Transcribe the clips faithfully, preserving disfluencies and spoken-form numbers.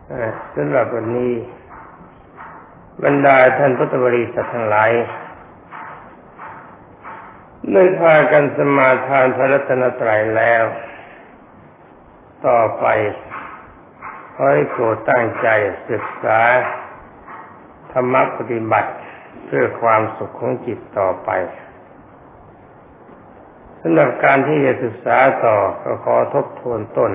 สำหรับวันนี้บรรดาท่านพุทธบริษัททั้งหลายได้พากันสมาทานพระรัตนตรัยแล้วต่อไปขอให้โปรดตั้งใจศึกษาธรรมปฏิบัติเพื่อความสุขของจิตต่อไปสำหรับการที่จะศึกษาต่อก็ขอทบทวนต้น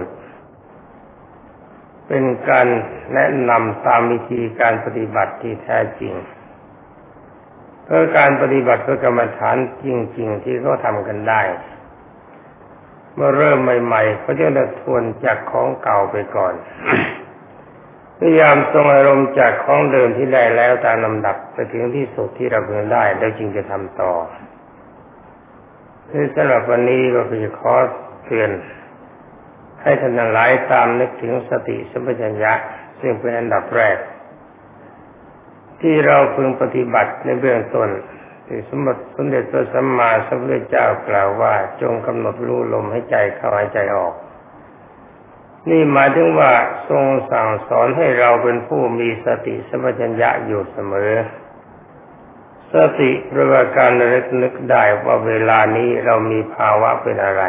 เป็นการแนะนำตามวิธีการปฏิบัติที่แท้จริงเพื่อการปฏิบัติเพื่อกรรมฐานจริงๆที่เขาทำกันได้เมื่อเริ่มใหม่ๆเขาจะได้ทวนจากของเก่าไปก่อน พยายามทรงอารมณ์จากของเดิมที่ได้แล้วตามลำดับไปถึงที่สุดที่เราเพิ่งได้แล้วจึงจะทำต่อคือสำหรับวันนี้ก็คือขอเตือนให้ท่านทั้งหลายตามนึกถึงสติสัมปชัญญะซึ่งเป็นอันดับแรกที่เราพึงปฏิบัติในเบื้องต้นที่สมเด็จสมเด็จพระสัมมาสัมพุทธเจ้ากล่าวว่าจงกำหนดรู้ลมให้ใจเข้าหายใจออกนี่หมายถึงว่าทรงสั่งสอนให้เราเป็นผู้มีสติสัมปชัญญะอยู่เสมอสติประกอบการระลึกนึกได้ว่าเวลานี้เรามีภาวะเป็นอะไร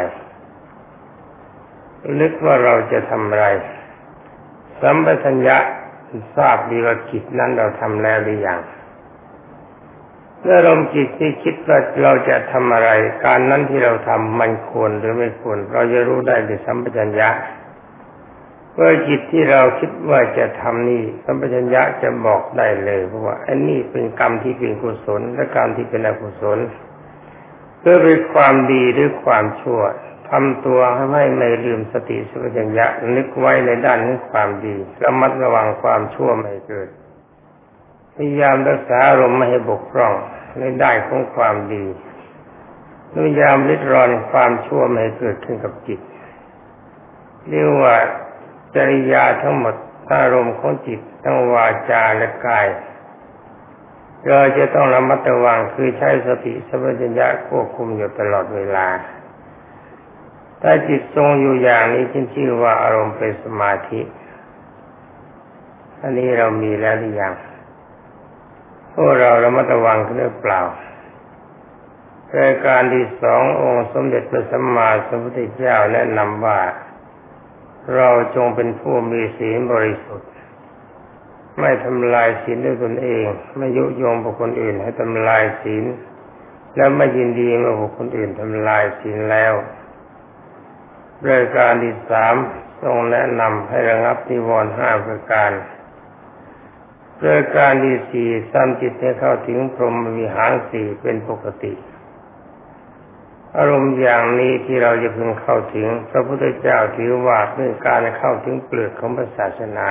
นึกว่าเราจะทำอะไรสัมปชัญญะทราบดีว่าจิตนั้นเราทำแล้วหรือยังเมื่อลมจิตที่คิดว่าเราจะทำอะไรการนั้นที่เราทำมันควรหรือไม่ควรเราจะรู้ได้ด้วยสัมปชัญญะเมื่อจิตที่เราคิดว่าจะทำนี่สัมปชัญญะจะบอกได้เลยเพราะว่าอันนี้เป็นกรรมที่เป็นกุศลและกรรมที่เป็นอกุศลเพื่อเป็นความดีหรือความชั่วทำตัวให้ไม่ลืมสติสัมปชัญญะนึกไว้ในด้านของความดีระมัดระวังความชั่วไม่เกิดพยายามรักษาอารมณ์ไม่ให้บกพร่องในด้านของความดีพยายามริดรอนความชั่วไม่ให้เกิดขึ้นกับจิตเรียกว่าจริยาทั้งหมดอารมณ์ของจิตทั้งวาจาและกายเราจะต้องระมัดระวังคือใช้สติสัมปชัญญะควบคุมอยู่ตลอดเวลาถ้าจิตทรงอยู่อย่างนี้จึงชื่อว่าอารมณ์เป็นสมาธิอันนี้เรามีแล้วหรือยังพวกเราระมัดระวังหรือเปล่ารายการที่สององค์สมเด็จพระสัมมาสัมพุทธเจ้าแนะนำว่าเราจงเป็นผู้มีศีลบริสุทธิ์ไม่ทำลายศีลด้วยตนเองไม่ยุยงบุคคลอื่นให้ทำลายศีลและไม่ยินดีเมื่อบุคคลอื่นทำลายศีลแล้วรายการที่สามทรงแนะนำให้ระงับนิวรณ์ห้าประการรายการที่สี่ทำจิตให้เข้าถึงพรหมวิหารสี่เป็นปกติอารมณ์อย่างนี้ที่เราจะพึงเข้าถึงพระพุทธเจ้าถือว่าเป็นการเข้าถึงเปลือกของศาสนา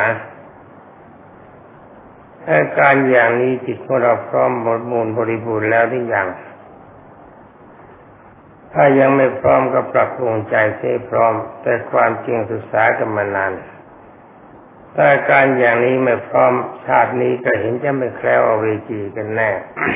อาการอย่างนี้จิตของเราพร้อมบริบูรณ์บริบูรณ์แล้วหรือยังถ้ายังไม่พร้อมก็ปรับปรุงใจให้พร้อมแต่ความจริงศึกษากันมานานถ้าการอย่างนี้ไม่พร้อมชาตินี้ก็เห็นจะไม่แคล้วอเวจีกันแน่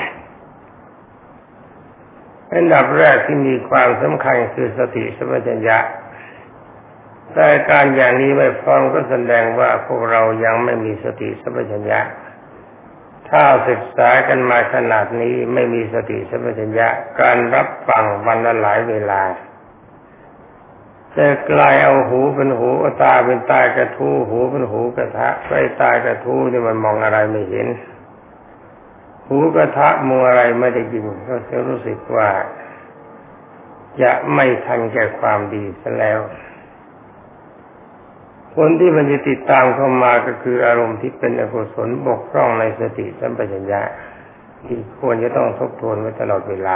อันดับแรกที่มีความสำคัญคือสติสัมปชัญญะถ้าการอย่างนี้ไม่พร้อมก็แสดงว่าพวกเรายังไม่มีสติสัมปชัญญะถ้าศึกษากันมาขนาดนี้ไม่มีสติสัมปชัญญะการรับฟังวันละหลายเวลาจะกลายเอาหูเป็นหูตาเป็นตากระทู้หูเป็นหูกระทะไฟตากระทู้นี่มันมองอะไรไม่เห็นหูกระทะมองอะไรไม่ได้ยินก็จะรู้สึกว่าจะไม่ทันแก่ความดีซะแล้วคนที่มันจะติดตามเข้ามาก็คืออารมณ์ที่เป็นอกุศลบกพร่องในสติสัมปชัญญะที่ควรจะต้องทบทวนไว้ตลอดเวลา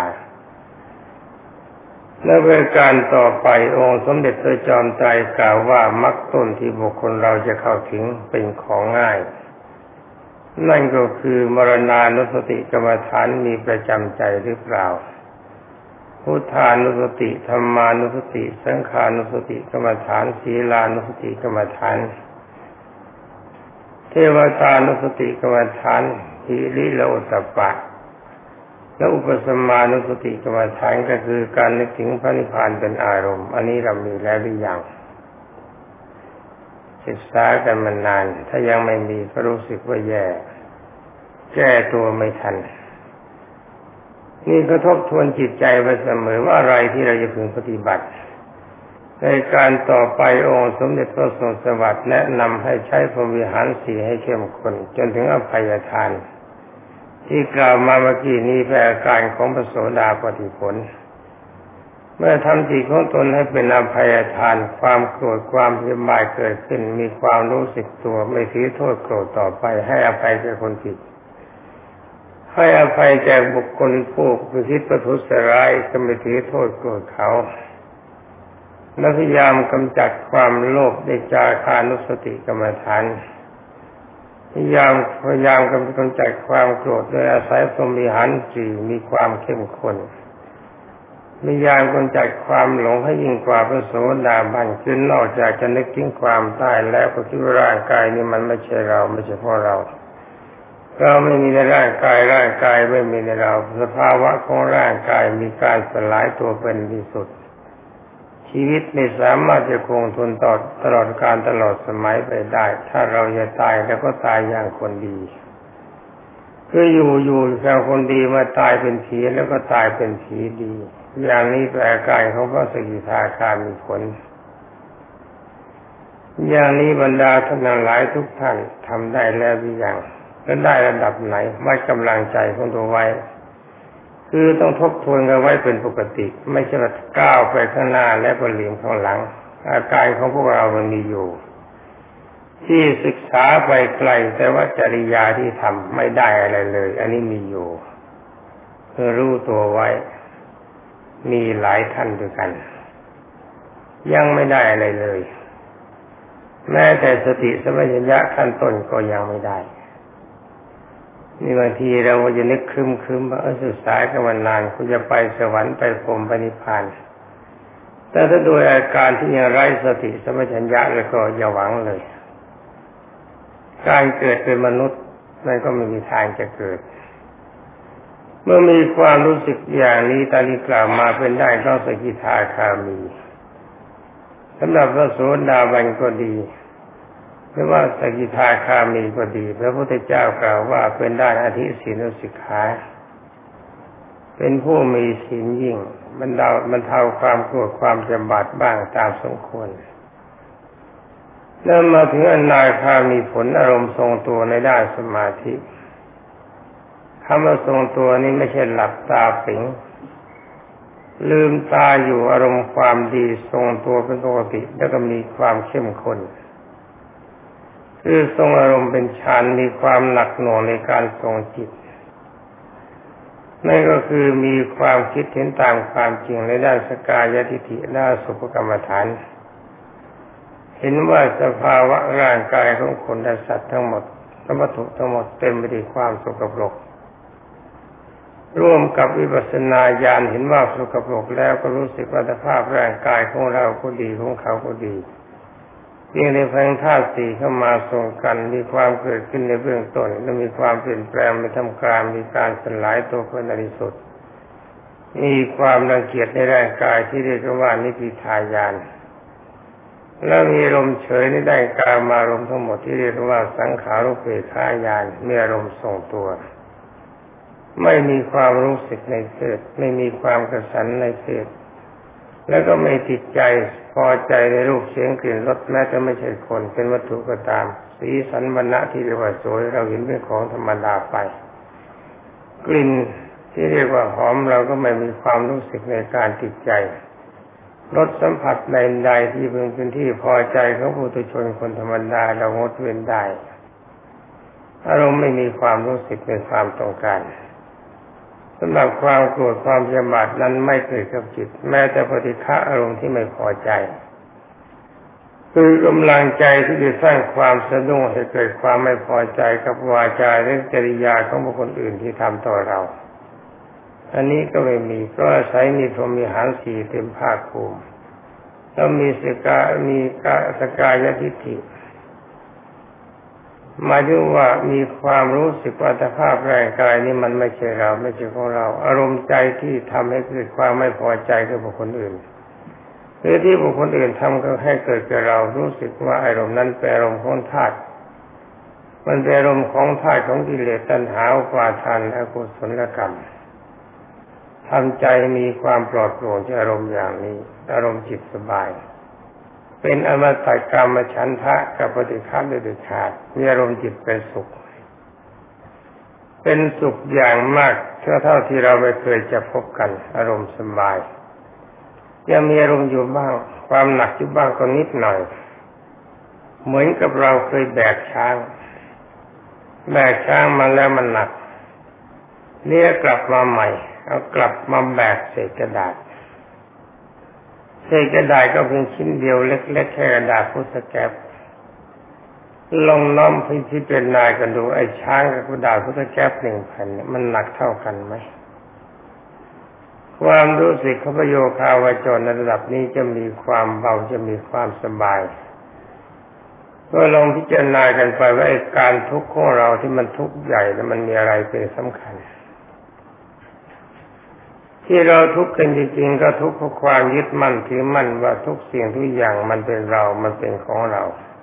และเรื่องการต่อไปองค์สมเด็จพระจอมไตรกล่าวว่ามรรคต้นที่บุคคลเราจะเข้าถึงเป็นของง่ายนั่นก็คือมรณานุสติกรรมฐานมีประจำใจหรือเปล่าพุทธานุสติธรรมานุสติสังขานุสติกรรมฐานศีลานุสติกรรมฐานเทวตานุสติกรรมฐานหิริโลตัปปะและอุปสมานุสติกรรมฐานก็คือการนึกถึงพระนิพพานเป็นอารมณ์อันนี้เรามีแล้วหรือยังศึกษากันมานานถ้ายังไม่มีก็รู้สึกว่าแย่แก้ตัวไม่ทันนี่ก็ทบทวนจิตใจไว้เสมอว่าอะไรที่เราจะพึงปฏิบัติในการต่อไปองค์สมเด็จพระทรงสวัสดิ์แนะนำให้ใช้พรหมวิหารสี่ให้เข้มข้นจนถึงอภัยทานที่กล่าวมาเมื่อกี้นี้เป็นอาการของพระโสดาปัตติผลเมื่อทำจิตของตนให้เป็นอภัยทานความโกรธความพยาบาทเกิดขึ้นมีความรู้สึกตัวไม่ถือโทษโกรธต่อไปให้อภัยแก่คนผิดให้อภัยแก่บุคคลผู้คิดประทุษร้ายก็ไม่ถือโทษโกรธเขาและพยายามกำจัดความโลภด้วยจาคานุสติกรรมฐานพยายามพยายามกำจัดความโกรธโดยอาศัยพรหมวิหารสี่มีความเข้มข้นพยายามกำจัดความหลงให้ยิ่งกว่าพระโสดาบันคือนอกจากจะนึกถึงความตายแล้วก็คิดว่าร่างกายนี้มันไม่ใช่เราไม่ใช่เพราะเราเราไม่มีในร่างกายร่างกายไม่มีในเราสภาวะของร่างกายมีการสลายตัวเป็นที่สุดชีวิตไม่สามารถจะคงทนต่อตลอดการตลอดสมัยไปได้ถ้าเราจะตายแล้วก็ตายอย่างคนดีคืออยู่อยู่อย่างคนดีมาตายเป็นผีแล้วก็ตายเป็นผีดีอย่างนี้เป็นอาการของพระสกิทาคามีผลอย่างนี้บรรดาท่านหลายทุกท่านทำได้แล้วหรือยังและได้ระดับไหนวัดกำลังใจของตัวไว้คือต้องทบทวนกันไว้เป็นปกติไม่ใช่ว่าก้าวไปข้างหน้าและก็หลีกข้างหลังอาการของพวกเรามันมีอยู่ที่ศึกษาไปไกลแต่ว่าจริยาที่ทำไม่ได้อะไรเลยอันนี้มีอยู่เพื่อรู้ตัวไว้มีหลายท่านด้วยกันยังไม่ได้อะไรเลยแม้แต่สติสัมปชัญญะขั้นต้นก็ยังไม่ได้นี่บางทีเราจะนึกคึมคึมว่าศึกษากันมานานคุณจะไปสวรรค์ไปพรหมไปนิพพานแต่ถ้าโดยอาการที่ยังไร้สติสัมปชัญญะแล้วก็อย่าหวังเลยการเกิดเป็นมนุษย์มันก็ไม่มีทางจะเกิดเมื่อมีความรู้สึกอย่างนี้ตามที่กล่าวมาเป็นได้ต้องสกิทาคามีสำหรับพระโสดาบันก็ดีไม่ว่าสกิทาคามีก็ดีพระพุทธเจ้ากล่าวว่าเป็นได้อธิศีลสิกขาเป็นผู้มีศีลยิ่งบรรเทาบรรเทาความโกรธความจำบาดบ้างตามสมควรแล้วมาถึงอนาคามีผลอารมณ์ทรงตัวในด้านสมาธิคำว่าทรงตัวนี้ไม่ใช่หลับตาปิ๋งลืมตาอยู่อารมณ์ความดีทรงตัวเป็นปกติแล้วก็มีความเข้มข้นคือทรงอารมณ์เป็นฌานมีความหนักหน่วงในการทรงจิตนั่นก็คือมีความคิดเห็นตามความจริงในด้านสกายทิฏฐิและอสุภกรรมฐานเห็นว่าสภาวะร่างกายของคนและสัตว์ทั้งหมดและวัตถุทั้งหมดเต็มไปด้วยความสกปรกร่วมกับวิปัสสนาญาณเห็นว่าสกปรกแล้วก็รู้สึกว่าสภาพร่างกายของเราก็ดีของเขาก็ดีเพียงในเพียงธาตุสี่เข้ามาส่งกันมีความเกิดขึ้นในเบื้องต้นและมีความเปลี่ยนแปลงในท่ามกลางมีการสลายตัวเป็นอนิสุดมีความรังเกียจในร่างกายที่เรียกว่านิพพิทายานแล้วมีลมเฉยในด้านกามารมณ์ทั้งหมดที่เรียกว่าสังขารุปเปกขายานมีอารมณ์ทรงตัวไม่มีความรู้สึกในเพศไม่มีความกระสันในเพศแล้วก็ไม่ติดใจพอใจในรูปเสียงกลิ่นรสแม้จะไม่ใช่คนเป็นวัตถุก็ตามสีสันวรรณะที่เรียกว่าสวยเราเห็นเป็นของธรรมดาไปกลิ่นที่เรียกว่าหอมเราก็ไม่มีความรู้สึกในการติดใจรสสัมผัสใดๆที่เป็นที่พอใจของปุถุชนคนธรรมดาเรางดเว้นได้อารมณ์ไม่มีความรู้สึกในความต้องการสำหรับความโกรธความพยาบาทนั้นไม่เกิดกับจิตแม้แต่ปฏิฆะอารมณ์ที่ไม่พอใจคือกำลังใจที่จะสร้างความสะดุ้งให้เกิดความไม่พอใจกับวาจาและจริยาของบุคคลอื่นที่ทำต่อเราอันนี้ก็ไม่มีเพราะอาศัยมีพรหมวิหารสี่เต็มภาคภูมิแล้วมีสกามีกาสกายทิฏฐิหมายถึงว่ามีความรู้สึกว่าสภาพร่างกายนี้มันไม่ใช่เราไม่ใช่ของเราอารมณ์ใจที่ทำให้เกิดความไม่พอใจกับบุคคลอื่นหรือที่บุคคลอื่นทำก็ให้เกิดแก่เรารู้สึกว่าอารมณ์นั้นเป็นอารมณ์ของธาตุมันเป็นอารมณ์ของธาตุของกิเลสตัณหาอุปาทานอกุศลกรรมทำใจมีความปลอดโปร่งจากอารมณ์อย่างนี้อารมณ์จิตสบายเป็นอมตะกรรมฉันทะกับปฏิฆะโดยเด็ดขาดมีอารมณ์จิตเป็นสุขเป็นสุขอย่างมากเท่าเท่าที่เราไม่เคยจะพบกันอารมณ์สบายยังมีอารมณ์อยู่บ้างความหนักอยู่บ้างก็นิดหน่อยเหมือนกับเราเคยแบกช้างแบกช้างมาแล้วมันหนักเนี่ยกลับมาใหม่เอากลับมาแบกเศษกระดาษเศษกระดาษก็เพียงชิ้นเดียวเล็กๆแค่กระดาษพุทธแก๊ปลองน้อมพิจารณากันดูไอ้ช้างกับกระดาษพุทธแก๊ปหนึ่งแผ่นมันหนักเท่ากันไหมความรู้สึกของพระโยคาวจรในระดับนี้จะมีความเบาจะมีความสบายก็ลองพิจารณากันไปว่าการทุกข์ของเราที่มันทุกข์ใหญ่แล้วมันมีอะไรเป็นสำคัญที่เราทุกข์กันจริงๆก็ทุกข์เพราะความยึดมั่นถือมั่นว่าทุกสิ่งทุกอย่างมันเป็นเรามันเป็นของเรา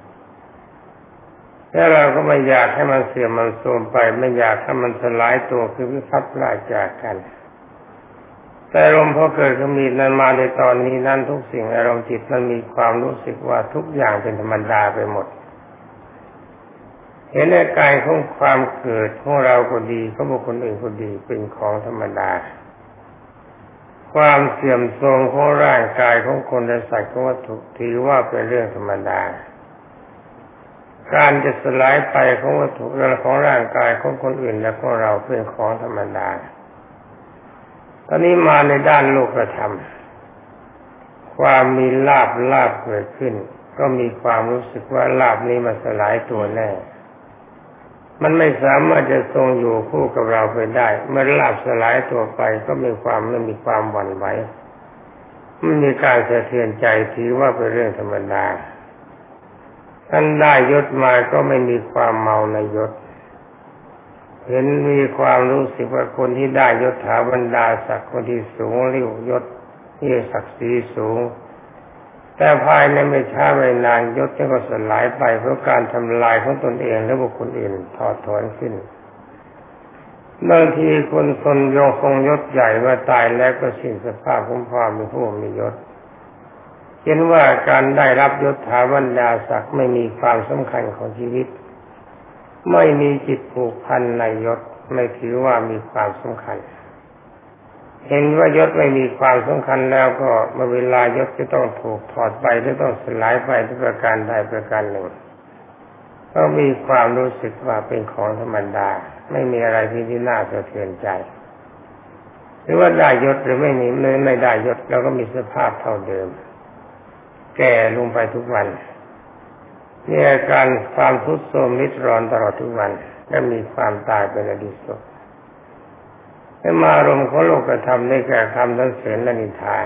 แล้วเราก็ไม่อยากให้มันเสื่อมมันโทรมไปไม่อยากให้มันสลายตัวคือวิพัฒน์พลาดจากกันแต่อารมณ์พอเกิดขึ้นมีนั้นมาในตอนนี้นั้นทุกสิ่งอารมณ์จิตมันมีความรู้สึกว่าทุกอย่างเป็นธรรมดาไปหมดเห็นอาการของความเกิดของเราก็ดีของบุคคลอื่นก็ดีเป็นของธรรมดาความเสื่อมโทรมของร่างกายของคนและสัตว์ของวัตถุถือว่าเป็นเรื่องธรรมดาการจะสลายไปของวัตถุและของร่างกายของคนอื่นและของเราเป็นของธรรมดาตอนนี้มาในด้านโลกธรรมความมีลาภลาภเกิดขึ้นก็มีความรู้สึกว่าลาภนี้มันสลายตัวแน่มันไม่สามารถจะทรงอยู่คู่กับเราไปได้เมื่อลาภสลายตัวไปก็มีความไม่มีความหวั่นไหวไม่มีการสะเทือนใจถือว่าเป็นเรื่องธรรมดาท่านได้ยศมาก็ไม่มีความเมาในยศเห็นมีความรู้สึกว่าคนที่ได้ยศถาบรรดาศักดิ์คนที่สูงเรียกยศที่ศักดิ์ศรีสูงแต่ภายในไม่ช้าไม่นานยศก็สลายไปเพราะการทำลายของตนเองและบุคคลอื่นถอดถอนขึ้นบางทีคนทนยงทรงยศใหญ่ว่าตายแล้วก็สิ้นสภาพของความเป็นผู้มียศเห็นว่าการได้รับยศถาบรรดาศักดิ์ไม่มีความสำคัญของชีวิตไม่มีจิตผูกพันในยศไม่ถือว่ามีความสำคัญเห็นว่ายศไม่มีความสำคัญแล้วก็เมื่อเวลายศจะต้องถูกถอดไปหรือต้องสลายไปด้วยประการใดประการหนึ่งก็มีความรู้สึกว่าเป็นของธรรมดาไม่มีอะไรที่ที่น่าสะเทือนใจหรือว่าได้ยศหรือไม่มีไม่ได้ยศเราก็มีสภาพเท่าเดิมแก่ลงไปทุกวันมีอาการความทุกข์โทรมริดรอนตลอดทุกวันและมีความตายเป็นอดีตสุดให้มาอารมณ์ของโลกธรรมได้แก่คำสรรเสริญและนินทา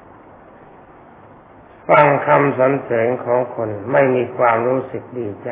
ฟังคำสรรเสริญของคนไม่มีความรู้สึกดีใจ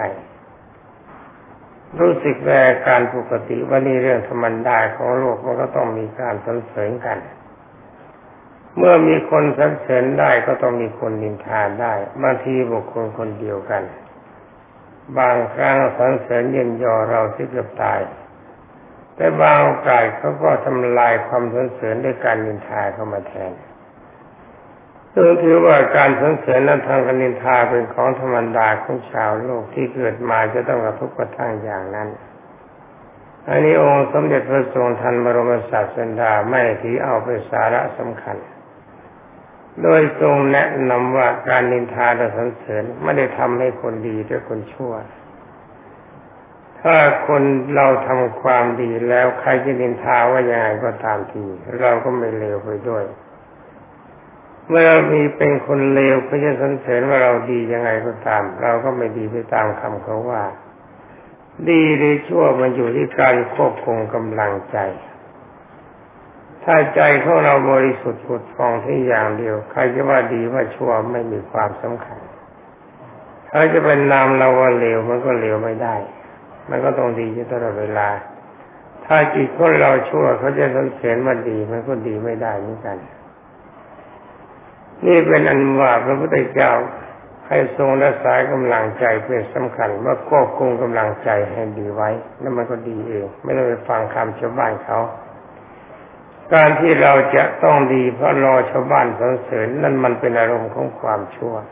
รู้สึกแวการปกติว่านี่เรื่องธรรมดาของโลกมันก็ต้องมีการสรรเสริญกันเมื่อมีคนสรรเสริญได้ก็ต้องมีคนนินทาได้บางทีบุคคลคนเดียวกันบางครั้งสรรเสริญเยินยอเราที่เกือบตายแต่บางโอกาสเขาก็ทำลายความสรรเสริญด้วยการนินทาเข้ามาแทนซึ่งถือว่าการสรรเสริญนั้นทางการนินทาเป็นของธรรมดาของชาวโลกที่เกิดมาจะต้องกระทบกระทั่งอย่างนั้นอันนี้องค์สมเด็จพระทรงทันบรมศาสดาไม่ถือเอาเป็นสาระสำคัญโดยทรงแนะนำว่าการนินทาและสรรเสริญไม่ได้ทำให้คนดีหรือคนชั่วถ้าคนเราทำความดีแล้วใครจะนินทาว่ายังไงก็ตามทีเราก็ไม่เลวไปด้วยเมื่อเรามีเป็นคนเลวเขาจะสรรเสริญว่าเราดียังไงก็ตามเราก็ไม่ดีไปตามคำเขาว่าดีหรือชั่วมันอยู่ที่การควบคุมกำลังใจถ้าใจของเราบริสุทธิ์ผุดฟองที่อย่างเดียวใครจะว่าดีว่าชั่วไม่มีความสำคัญถ้าจะเป็นนามเราว่าเลวมันก็เลวไม่ได้มันก็ต้องดีอยู่ตลอดเวลาถ้าจิตของเราชั่วเขาจะสรรเสริญว่าดีมันก็ดีไม่ได้เหมือนกันนี่เป็นอันว่าพระพุทธเจ้าให้ทรงรักษากำลังใจเป็นสำคัญว่าควบคุมกำลังใจให้ดีไว้แล้วมันก็ดีเองไม่ต้องไปฟังคำชาวบ้านเขาการที่เราจะต้องดีเพราะรอชาวบ้านสรรเสริญนั่นมันเป็นอารมณ์ของความชั่ว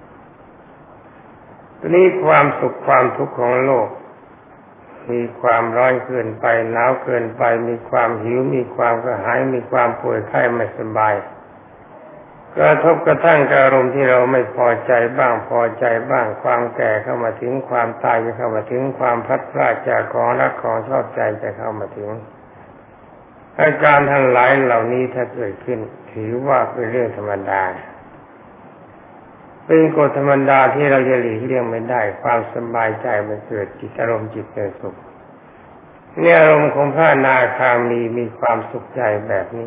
ทีนี้ความสุขความทุกข์ของโลกมีความร้อนเกินไปหนาวเกินไปมีความหิวมีความกระหายมีความป่วยไข้ไม่สบายกระทบกระทั่งกับอารมณ์ที่เราไม่พอใจบ้างพอใจบ้างความแก่เข้ามาถึงความตายจะเข้ามาถึงความพลัดพรากจากของรักของชอบใจจะเข้ามาถึงอาการทั้งหลายเหล่านี้ถ้าเกิดขึ้นถือว่าเป็นเรื่องธรรมดาเป็นกฎธรรมดาที่เราจะหลีกเลี่ยงไม่ได้ความสบายใจมันเกิดจิตอารมณ์จิตเป็นสุขเนี่ยอารมณ์ของพระอนาคามีมีความสุขใจแบบนี้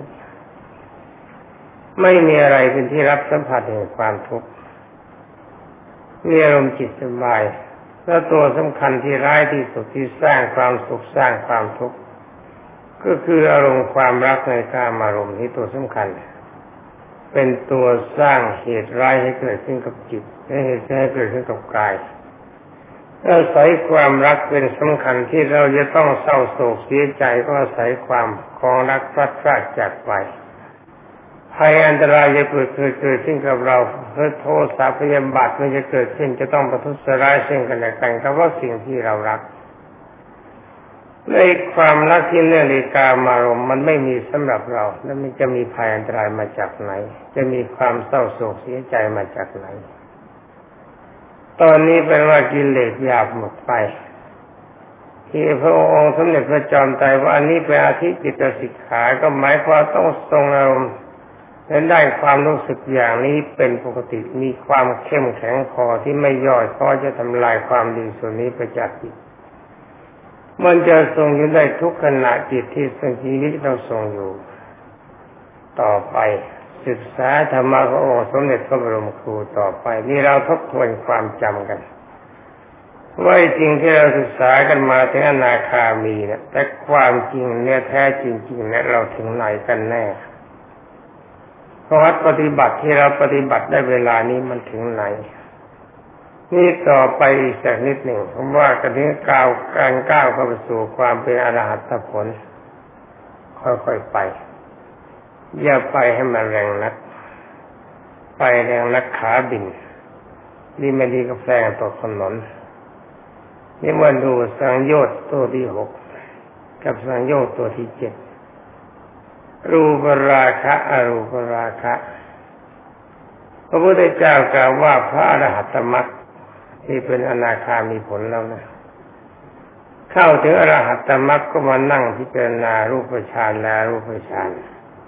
ไม่มีอะไรเป็นที่รับสัมผัสแห่งความทุกข์มีอารมณ์จิตสบายแล้วตัวสำคัญที่ร้ายที่สุดที่สร้างความสุขสร้างความทุกข์ก็คืออารมณ์ความรักในกามอารมณ์ที่ตัวสำคัญเป็นตัวสร้างเหตุร้ายให้เกิดขึ้นกับจิตและเหตุให้เกิดขึ้นกับกายอาศัยความรักเป็นสำคัญที่เราจะต้องเศร้าโศกเสียใจก็อาศัยความของรักพลัดพรากจากไปภัยอันตรายจะเกิดเกิดเกิดขึ้นกับเราเพื่อโทษสาพยาบาทมันจะเกิดขึ้นจะต้องประทุษร้ายซึ่งกันและกันก็เพราะสิ่งที่เรารักในความรักที่เนื่องในกามารมณ์มันไม่มีสำหรับเราแล้วมันจะมีภัยอันตรายมาจากไหนจะมีความเศร้าโศกเสียใจมาจากไหนตอนนี้เป็นว่ากิเลสหยาบหมดไปที่พระองค์สมเด็จพระจอมไตรว่าอันนี้เป็นอธิจิตสิกขาก็หมายความต้องทรงอารมณ์และได้ความรู้สึกอย่างนี้เป็นปกติมีความเข้มแข็งพอที่ไม่ย่อท้อจะทำลายความดีส่วนนี้ไปจากจิตมันจะทรงอยู่ได้ทุกขณะจิตที่สังชีวิตเราทรงอยู่ต่อไปศึกษาธรรมะขององค์สมเด็จพระบรมครูต่อไปนี่เราทบทวนความจำกันว่าจริงที่เราศึกษากันมาถึงอนาคามีนะแต่ความจริงเนี่ยแท้จริงๆเนี่ยเราถึงไหนกันแน่เพราะวัดปฏิบัติที่เราปฏิบัติได้เวลานี้มันถึงไหนนี่ต่อไปอีกสักนิดหนึ่งผมว่ากันถึงก้าวการก้าวเข้าไปสู่ความเป็นอรหัตผลค่อยๆไปอย่าไปให้มันแรงนักไปแรงนักขาบินนี่ไม่ดีก็แฝงตกถนนนี่มาดูสังโยชน์ตัวที่หกกับสังโยชน์ตัวที่เจ็ดรูปราคะอรูปราคะพระพุทธเจ้ากล่าวว่าพระอรหัตมรรคที่เป็นอนาคามีผลแล้วนะเข้าถึงอรหัตมรรคก็มานั่งพิจารณารูปฌานและรูปฌาน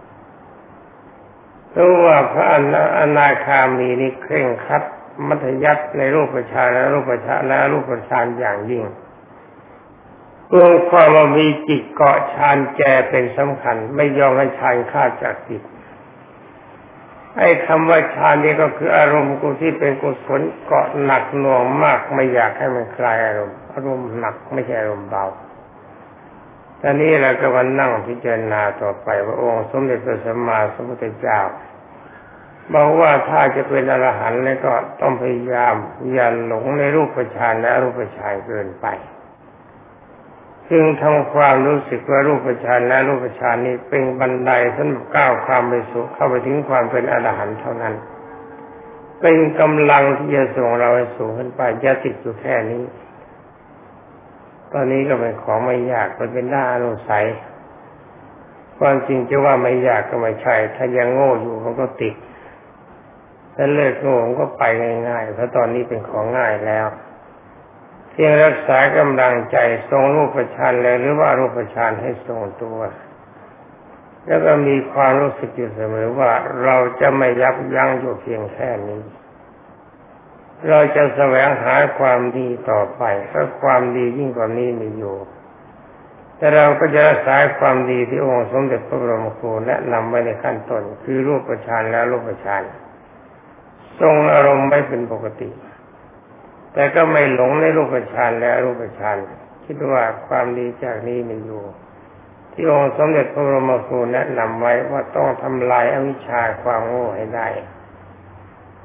รู้ว่าพระอนาคามีนี่เคร่งครัดมัธยัสถ์ในรูปฌานและรูปฌานและรูปฌานอย่างยิ่งรวมความว่ามีจิตเกาะฌานแจเป็นสำคัญไม่ยอมให้ฌานขาดจากจิตไอ้คำว่าฌานนี่ก็คืออารมณ์กุที่เป็นกุศลเกาะหนักหน่วงมากไม่อยากให้มันคลายอารมณ์อารมณ์หนักไม่ใช่อารมณ์เบาตอนนี้เราก็มานั่งพิจารณาต่อไปว่าองค์สมเด็จพระสัมมาสัมพุทธเจ้าบอกว่าถ้าจะเป็นอรหันต์แล้วก็ต้องพยายามอย่าหลงในรูปฌานและอรูปฌานเกินไปจึงทำความรู้สึกว่ารูปฌานและรูปฌานนี้เป็นบันไดสำหรับก้าวความไปสู่เข้าไปถึงความเป็นอรหันต์เท่านั้นเป็นกำลังที่จะส่งเราให้สูงขึ้นไปอย่าติดอยู่แค่นี้ตอนนี้ก็เป็นของไม่ยากมันเป็นหน้าอนุสัยความจริงจะว่าไม่ยากก็ไม่ใช่ถ้ายังโง่อยู่มันก็ติดถ้าเลิกโง่มันก็ไปง่ายๆเพราะตอนนี้เป็นของง่ายแล้วเพียงรักษากำลังใจทรงรูปฌานเลยหรือว่ารูปฌานให้ทรงตัวแล้วก็มีความรู้สึกอยู่เสมอว่าเราจะไม่ยับยั้งอยู่เพียงแค่นี้เราจะแสวงหาความดีต่อไปเพราะความดียิ่งกว่านี้มีอยู่แต่เราก็จะรักษาความดีที่องค์สมเด็จพระบรมครูแนะนำไว้ในขั้นต้นคือรูปฌานและรูปฌานทรงอารมณ์ไม่เป็นปกติแต่ก็ไม่หลงในรูปฌานและอรูปฌานคิดว่าความดีจากนี้มีอยู่ที่องค์สมเด็จพระบรมครูแนะนำไว้ว่าต้องทำลายอวิชชาความโง่ให้ได้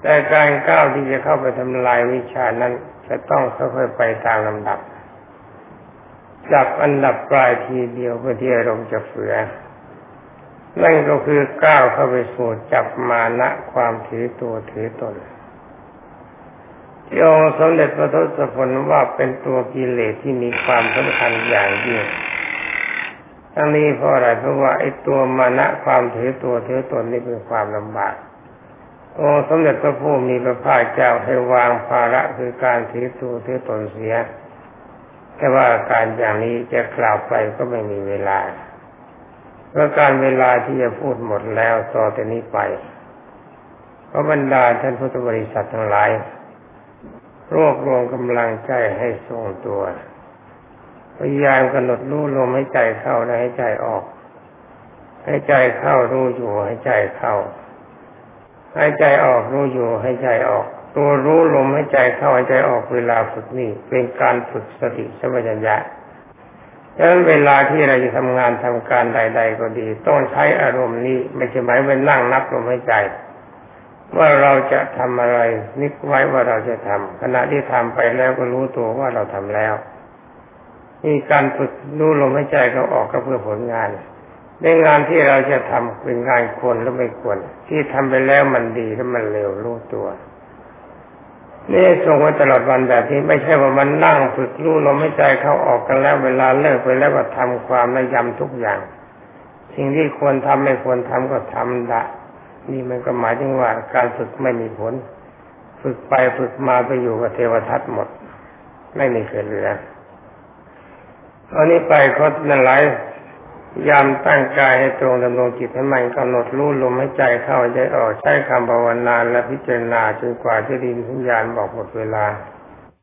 แต่การก้าวที่จะเข้าไปทำลายวิชานั้นจะต้องค่อยๆไปตามลำดับจับอันดับปลายทีเดียวเพื่อที่อารมณ์จะเฟื่อนั่นก็คือก้าวเข้าไปสู่จับมานะความถือตัวถือตนที่องค์สมเด็จพระทศพลว่าเป็นตัวกิเลสที่มีความสำคัญอย่างยิ่งทั้งนี้เพราะอะไรเพราะว่าไอ้ตัวมานะความถือตัวถือตนนี่เป็นความลำบากองค์สมเด็จพระผู้มีพระภาคเจ้าให้วางภาระคือการถือตัวถือตนเสียแต่ว่าการอย่างนี้จะกล่าวไปก็ไม่มีเวลาเพราะการเวลาที่จะพูดหมดแล้วต่อแต่นี้ไปขอบรรดาท่านพุทธบริษัททั้งหลายรวบรวมกำลังใจให้ทรงตัวพยายามกำหนดรู้ลมให้ใจเข้าและให้ใจออกให้ใจเข้ารู้อยู่ให้ใจเข้าให้ใจออกรู้อยู่ให้ใจออกตัวรู้ลมให้ใจเข้าให้ใจออกเวลาฝึกนี่เป็นการฝึกสติสัมปชัญญะดังนั้นเวลาที่เราจะทำงานทำการใดๆก็ดีต้องใช้อารมณ์นี้ไม่ใช่หมายว่านั่งนับลมหายใจว่าเราจะทำอะไรนึกไว้ว่าเราจะทำขณะที่ทำไปแล้วก็รู้ตัวว่าเราทำแล้วมีการฝึกรู้ลมหายใจเข้าออกก็เพื่อผลงานในงานที่เราจะทำเป็นงานควรหรือไม่ควรที่ทำไปแล้วมันดีหรือมันเลวรู้ตัวนี่ส่งไว้ตลอดวันแบบนี้ไม่ใช่ว่ามันนั่งฝึกรู้ลมหายใจเข้าออกกันแล้วเวลาเลิกไปแล้วก็ทำความระยำทุกอย่างสิ่งที่ควรทำไม่ควรทำก็ทำละนี่มันก็หมายถึงว่าการฝึกไม่มีผลฝึกไปฝึกมาไปอยู่กับเทวทัตหมดไม่มีเกิดเหลือตอนนี้ไปเขานั่นหลายยามตั้งกายให้ตรงดำรงจิตให้มันกำหนดรู้ลมหายใจเข้าใจออกใช้คำภาวนาและพิจารณาจนกว่าจะดินสัญญาณบอกหมดเวลา